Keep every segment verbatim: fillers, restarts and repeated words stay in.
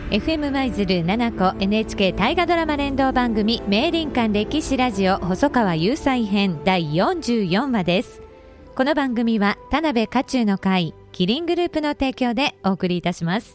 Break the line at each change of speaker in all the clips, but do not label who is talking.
エフエム 舞鶴ななこ エヌエイチケー 大河ドラマ連動番組名林間歴史ラジオ細川雄斎編だいよんじゅうよんわです。この番組は田辺家中の会キリングループの提供でお送りいたします。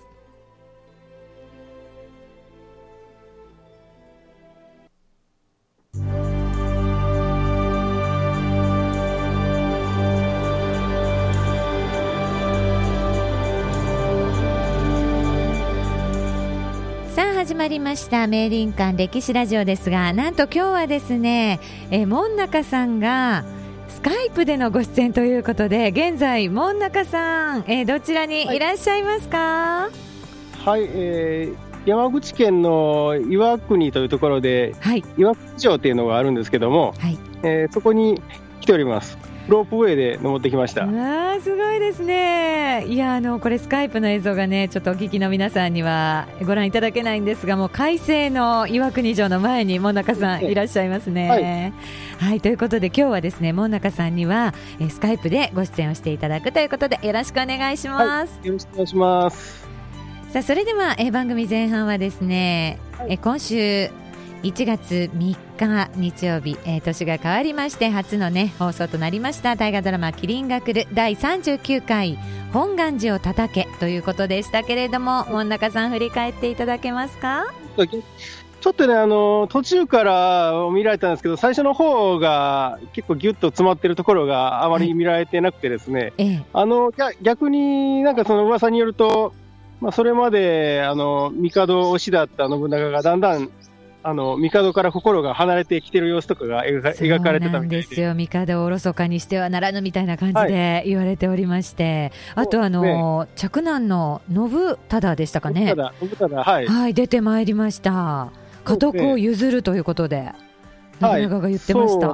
始まりました名林間歴史ラジオですが、なんと今日はですね、え門中さんがスカイプでのご出演ということで、現在門中さん、えどちらにいらっしゃいますか？
はい、えー、山口県の岩国というところで、はい、岩国城っていうのがあるんですけども、はい、えー、そこに来ております。ロープウェイで登ってきました。
わー、すごいですね。いや、あのこれスカイプの映像がね、ちょっとお聞きの皆さんにはご覧いただけないんですが、もう快晴の岩国城の前に門中さんいらっしゃいますね。はい、はい、ということで今日はですね、門中さんにはえスカイプでご出演をしていただくということで、よろしくお願いします。
はい、よろしくお願いします。
さあ、それではえ番組前半はですね、はい、え今週いちがつみっか日曜日、えー、年が変わりまして初の、ね、放送となりました大河ドラマキリンが来るだいさんじゅうきゅうかい本願寺を叩けということでしたけれども、門中さん振り返っていただけますか？
ちょっとね、あの途中から見られたんですけど、最初の方が結構ギュッと詰まってるところがあまり見られてなくてですね、はい、あの逆になんかその噂によると、まあ、それまであの帝推しだった信長がだんだんあの帝から心が離れてきてる様子とかが描かれてたみたいで、
そうなんですよ。帝をおろそかにしてはならぬみたいな感じで言われておりまして、はい、あとあの、ね、嫡男の信忠でしたかね、
信忠、はい、
はい、出てまいりました。家督を譲るということで信長が言ってました。
はい、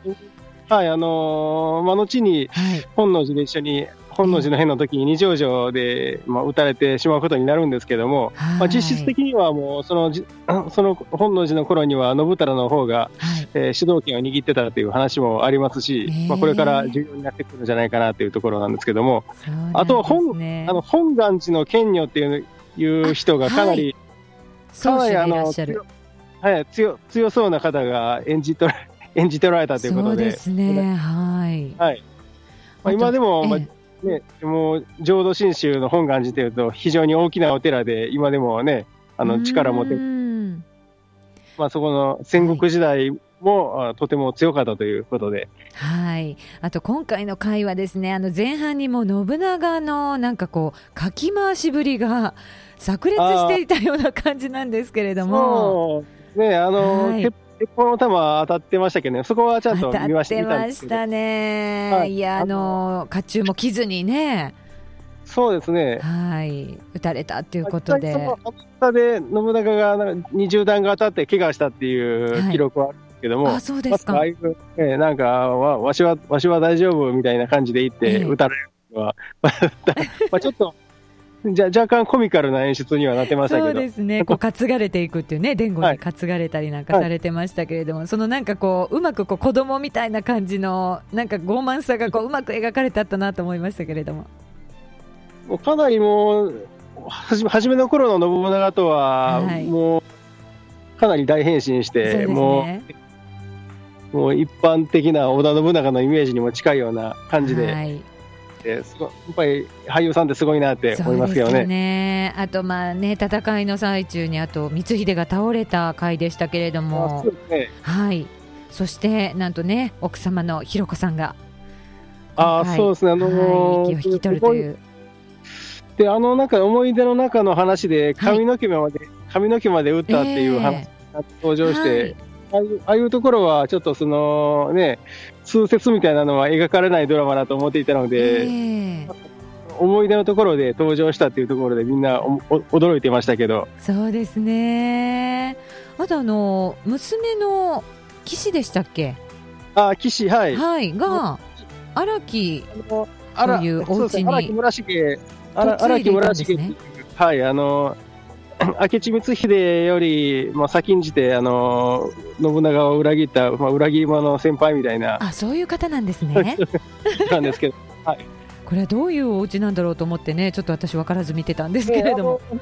はい、あのーまあ、後に本能寺で一緒に本能寺の変の時に二条城で、まあ、撃たれてしまうことになるんですけども、はい、まあ、実質的にはもうそのその本能寺の頃には信忠の方が、はい、えー、主導権を握ってたという話もありますし、まあ、これから重要になってくるんじゃないかなというところなんですけども、ね、あと本あの本願寺の賢女っていう、いう人がかなり、
かなりあの
強、はい、強、強そうな方が演じと演じておられたということで、
そうですね、はい、
はい、まあ、今でも、まあね、もう浄土真宗の本願寺というと非常に大きなお寺で、今でもね、あの力を持って、まあ、そこの戦国時代も、はい、とても強かったということで、
はい、あと今回の回はですね、あの前半にも信長のなんかこうかき回しぶりが炸裂していたような感じなんですけれども、
そうね、あの、はい、鉄砲の弾当たってましたけどね、そこはちゃんと見ました。
当たってましたね、はい、いや、あの甲冑も着ずにね、
そうですね、
はい、撃たれたということで、
その当たで信長がなんかにじゅうだんが当たって怪我したっていう記録はあるんですけども、はい、
あ、そうですか、
まあ、ああいう、ね、なんかわ, わしはわしは大丈夫みたいな感じで言って撃たれるのは、ええまあ、ちょっとじゃ若干コミカルな演出にはなってましたけど、
そうですね、こう担がれていくっていうね、伝言に担がれたりなんかされてましたけれども、はい、そのなんかこううまくこう子供みたいな感じのなんか傲慢さがこううまく描かれてあったなと思いましたけれども、
もうかなりもう初めの頃の信長とは、はい、もうかなり大変身して、ね、もう、もう一般的な織田信長のイメージにも近いような感じで、はい、すごいやっぱり俳優さんってすごいなって思いますけど ね,
そうですね。あとまあね、戦いの最中にあと光秀が倒れた回でしたけれども、
そうですね、
はい、そしてなんとね、奥様のひろ子さんが
あ、そうですね、あのー
はい、息を引き取るという
で、あの中思い出の中の話で髪の毛まで、はい、髪の毛まで打ったっていう話が登場して、えーはい、ああいう、ああいうところはちょっとそのね、通説みたいなのは描かれないドラマだと思っていたので、えー、思い出のところで登場したっていうところでみんなおお驚いてましたけど。
そうですね。あとあの娘の騎士でしたっけ？
あ、騎士、はい、
はい、が荒木というお家に
荒木村重、荒木村重、はい、あの明智光秀より、まあ、先んじてあの信長を裏切った、まあ、裏切り者の先輩みたいな、
あ、そういう方なんですね
なんですけど、はい、
これはどういうお家なんだろうと思ってね、ちょっと私分からず見てたんですけれども、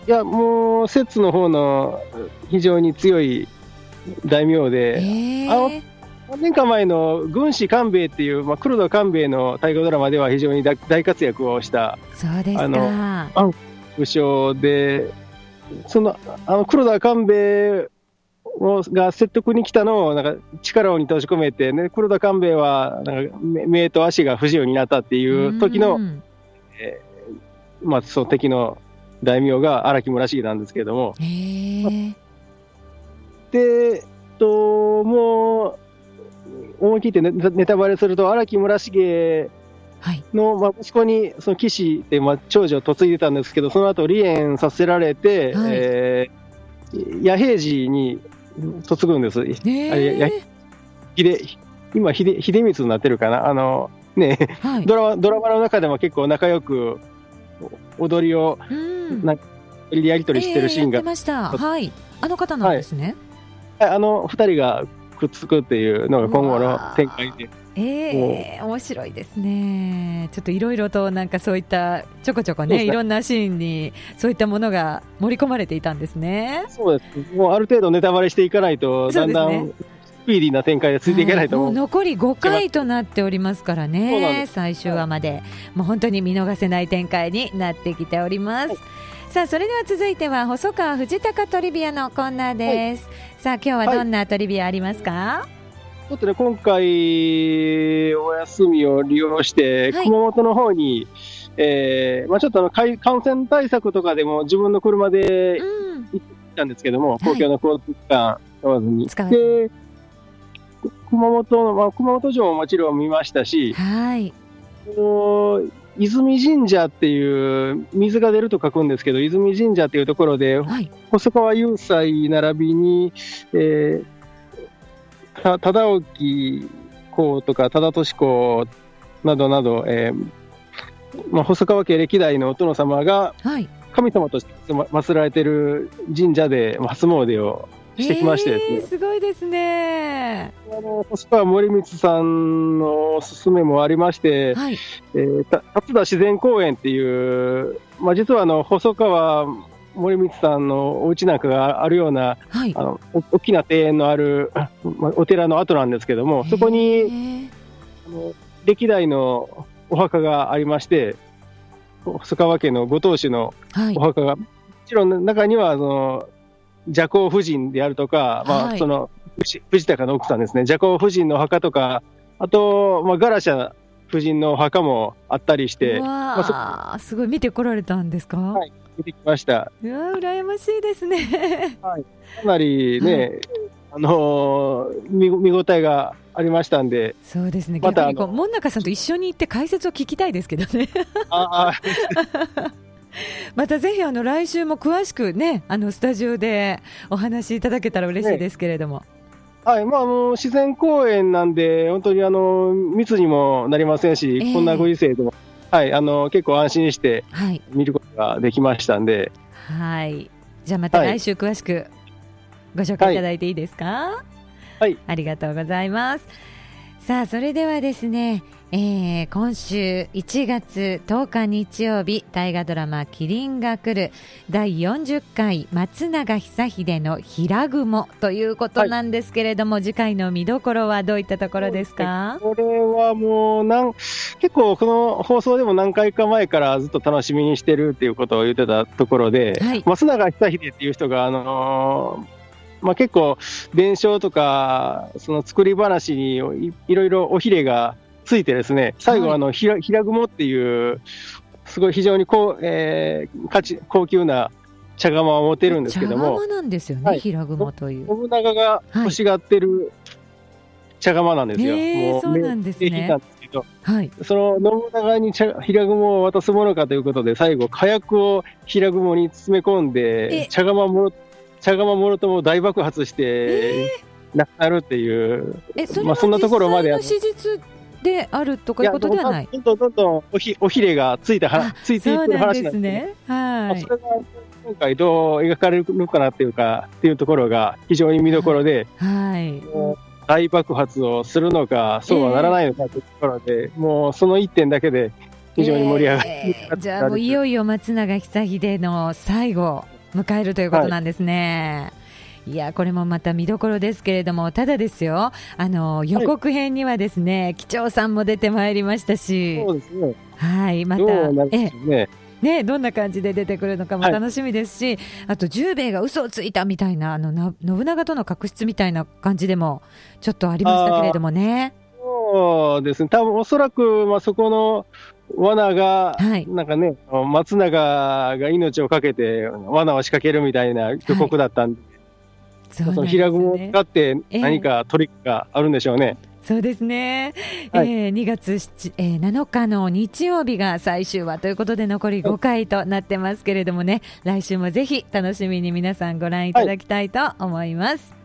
や、もう摂の方の非常に強い大名で、
えー、
あの何年か前の軍師官兵衛っていう、まあ、黒田官兵衛の大河ドラマでは非常に大活躍をした、
そうですか、
あの武将で、そのあの黒田官兵衛が説得に来たのをなんか力に閉じ込めて、ね、黒田官兵衛はなんか目と足が不自由になったっていう時の、えーまあ、その敵の大名が荒木村重なんですけれども、
へー、
で、ともう思い切って ネ, ネタバレすると、荒木村重の、まあ、息子にその騎士で、まあ、長女を嫁いでたんですけど、その後離縁させられて、はい、えー、野平次に嫁ぐんです。えー、あれや秀今秀、秀光になってるかな、あの、ね、はい、ドラマ、ドラマの中でも結構仲良く踊りを、うん、なんかやり取りしてるシーンが、えー、やって
ました、はい、あの方なんですね。
はい、あのふたりがくっつくっていうのが今後の展開で、
えー、面白いですね。ちょっといろいろとなんかそういったちょこちょこね、いろんなシーンにそういったものが盛り込まれていたんですね。
そうです。もうある程度ネタバレしていかないと、だんだんスピーディーな展開でついていけないと思う、はい、
もう残りごかいとなっておりますからね、最終話まで、はい、もう本当に見逃せない展開になってきております、はい。さあ、それでは続いては細川藤孝トリビアのコーナーです、はい。さあ、今日はどんなトリビアありますか？はい、
ちょっとね、今回お休みを利用して、はい、熊本の方に、えーまあ、ちょっとあの感染対策とかでも自分の車で行ったんですけども、うん、公共の交通機関使わずに、はい、で熊本の、まあ、熊本城ももちろん見ましたし、はい、泉神社っていう水が出ると書くんですけど、泉神社っていうところで、はい、細川雄斎並びに、えー、忠興公とか忠俊公などなど、えーまあ、細川家歴代のお殿様が神様として祀られている神社で初詣をしてきましてですね、
えー、すごいですね。
あの細川守光さんのおすすめもありまして、はい、えー、辰田自然公園っていう、まあ、実はあの細川守光さんのお家なんかがあるような、はい、あの大きな庭園のある、まあ、お寺の跡なんですけども、そこにあの歴代のお墓がありまして、細川家のご当主のお墓が、はい、もちろん中にはその麝香夫人であるとか、まあはい、その藤高の奥さんですね、麝香夫人のお墓とか、あと、まあ、ガラシャ夫人のお墓もあったりして、
わ、まあ、すごい見てこられたんですか？
はい、見てきました。
うわ、羨ましいですね、
はい、かなりね、はい、あのー、見, 見応えがありましたんで。
そうですね、また逆にこう門中さんと一緒に行って解説を聞きたいですけどねあまたぜひあの来週も詳しくね、あのスタジオでお話しいただけたら嬉しいですけれども、ね、
はい、まあ、あの自然公園なんで本当にあの密にもなりませんし、えー、こんなご時世でも、はい、あの結構安心して見ることができましたんで、
はい、じゃあまた来週詳しくご紹介いただいていいですか？はい、ありがとうございます。さあ、それではですね、えー、今週いちがつとおか日曜日、大河ドラマ麒麟が来るだいよんじゅっかい松永久秀の平雲ということなんですけれども、はい、次回の見どころはどういったところですか？
これはもうなん結構この放送でも何回か前からずっと楽しみにしてるっていうことを言ってたところで、はい、松永久秀っていう人があのーまあ、結構伝承とかその作り話に い, いろいろおひれがついてですね、最後あの、はい、平, 平雲っていうすごい非常に高、えー、価値高級な茶釜を持てるんですけども、
茶釜なんですよね、はい、平雲という
信長が欲しがってる茶釜なんですよ、はい、もう
そうなんですね。
なんですけど、はい、その信長に茶平雲を渡すものかということで、最後火薬を平雲に詰め込んで茶釜も茶釜もろとも大爆発して亡くなるっていう、
えー、それは実際の史実であるとかいうことではない？
どんどんどんどんおひおひれがついたはついていってる話なんです
ね。はい。
それが今回どう描かれるのかなっていうかっていうところが非常に見どころで、はい、大爆発をするのかそうはならないのかというところで、えー、もうその一点だけで非常に盛り上がる、
えー、じゃあもういよいよ松永久秀の最後迎えるということなんですね。はい、いやこれもまた見どころですけれども、ただですよ、あの予告編にはですね、はい、機長さんも出てまいりましたし、
そうですね、
はい、また
どうなるんでしょうね。
ね、どんな感じで出てくるのかも楽しみですし、はい、あと十兵衛が嘘をついたみたいな、あのな信長との確執みたいな感じでもちょっとありましたけれどもね。
そうですね、多分おそらく、まあ、そこの罠が、はい、なんかね、松永が命をかけて罠を仕掛けるみたいな予告だったんで、はい、その平雲を使って何かトリックがあるんでしょうね。えー
そうですね、はい、えー、にがつなのかの日曜日が最終話ということで残りごかいとなってますけれどもね、来週もぜひ楽しみに皆さんご覧いただきたいと思います。はい、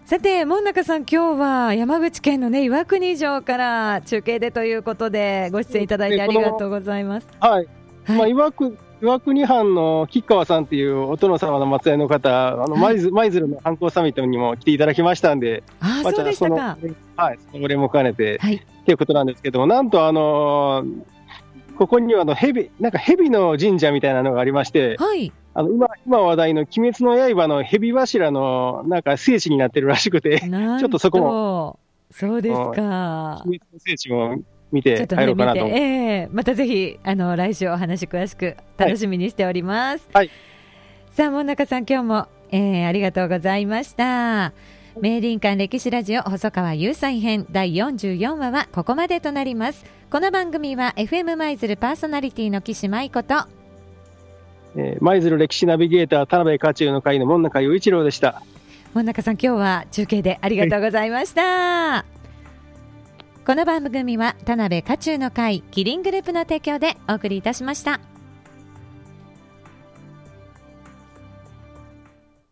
さて門中さん、今日は山口県の、ね、岩国城から中継でということでご出演いただいてありがとうございます。
はい、はい、まあ、岩国岩国藩の吉川さんというお殿様の末裔の方、あの舞鶴、舞鶴の観光サミットにも来ていただきましたんで、
あ、まあ、そうでしたか。
はい、そのお礼も兼ねて、はい、ということなんですけども、なんとあのー、ここにはあの蛇、なんか蛇の神社みたいなのがありまして、はい、あの 今, 今話題の鬼滅の刃の蛇柱のなんか聖地になってるらしくて、ちょっとそこも、
そうですか、
鬼滅の聖地も見て帰ろうかなと、
ね、えー、またぜひあの来週お話詳しく楽しみにしております。
はい、
さあ門中さん、今日も、えー、ありがとうございました。明倫館歴史ラジオ細川雄斎編だいよんじゅうよんわはここまでとなります。この番組は エフエム 舞鶴パーソナリティの岸舞子と
舞鶴、えー、歴史ナビゲーター田辺家中の会の門中雄一郎でした。
門中さん、今日は中継でありがとうございました。はい、この番組は田辺家中の会キリングループの提供でお送りいたしました。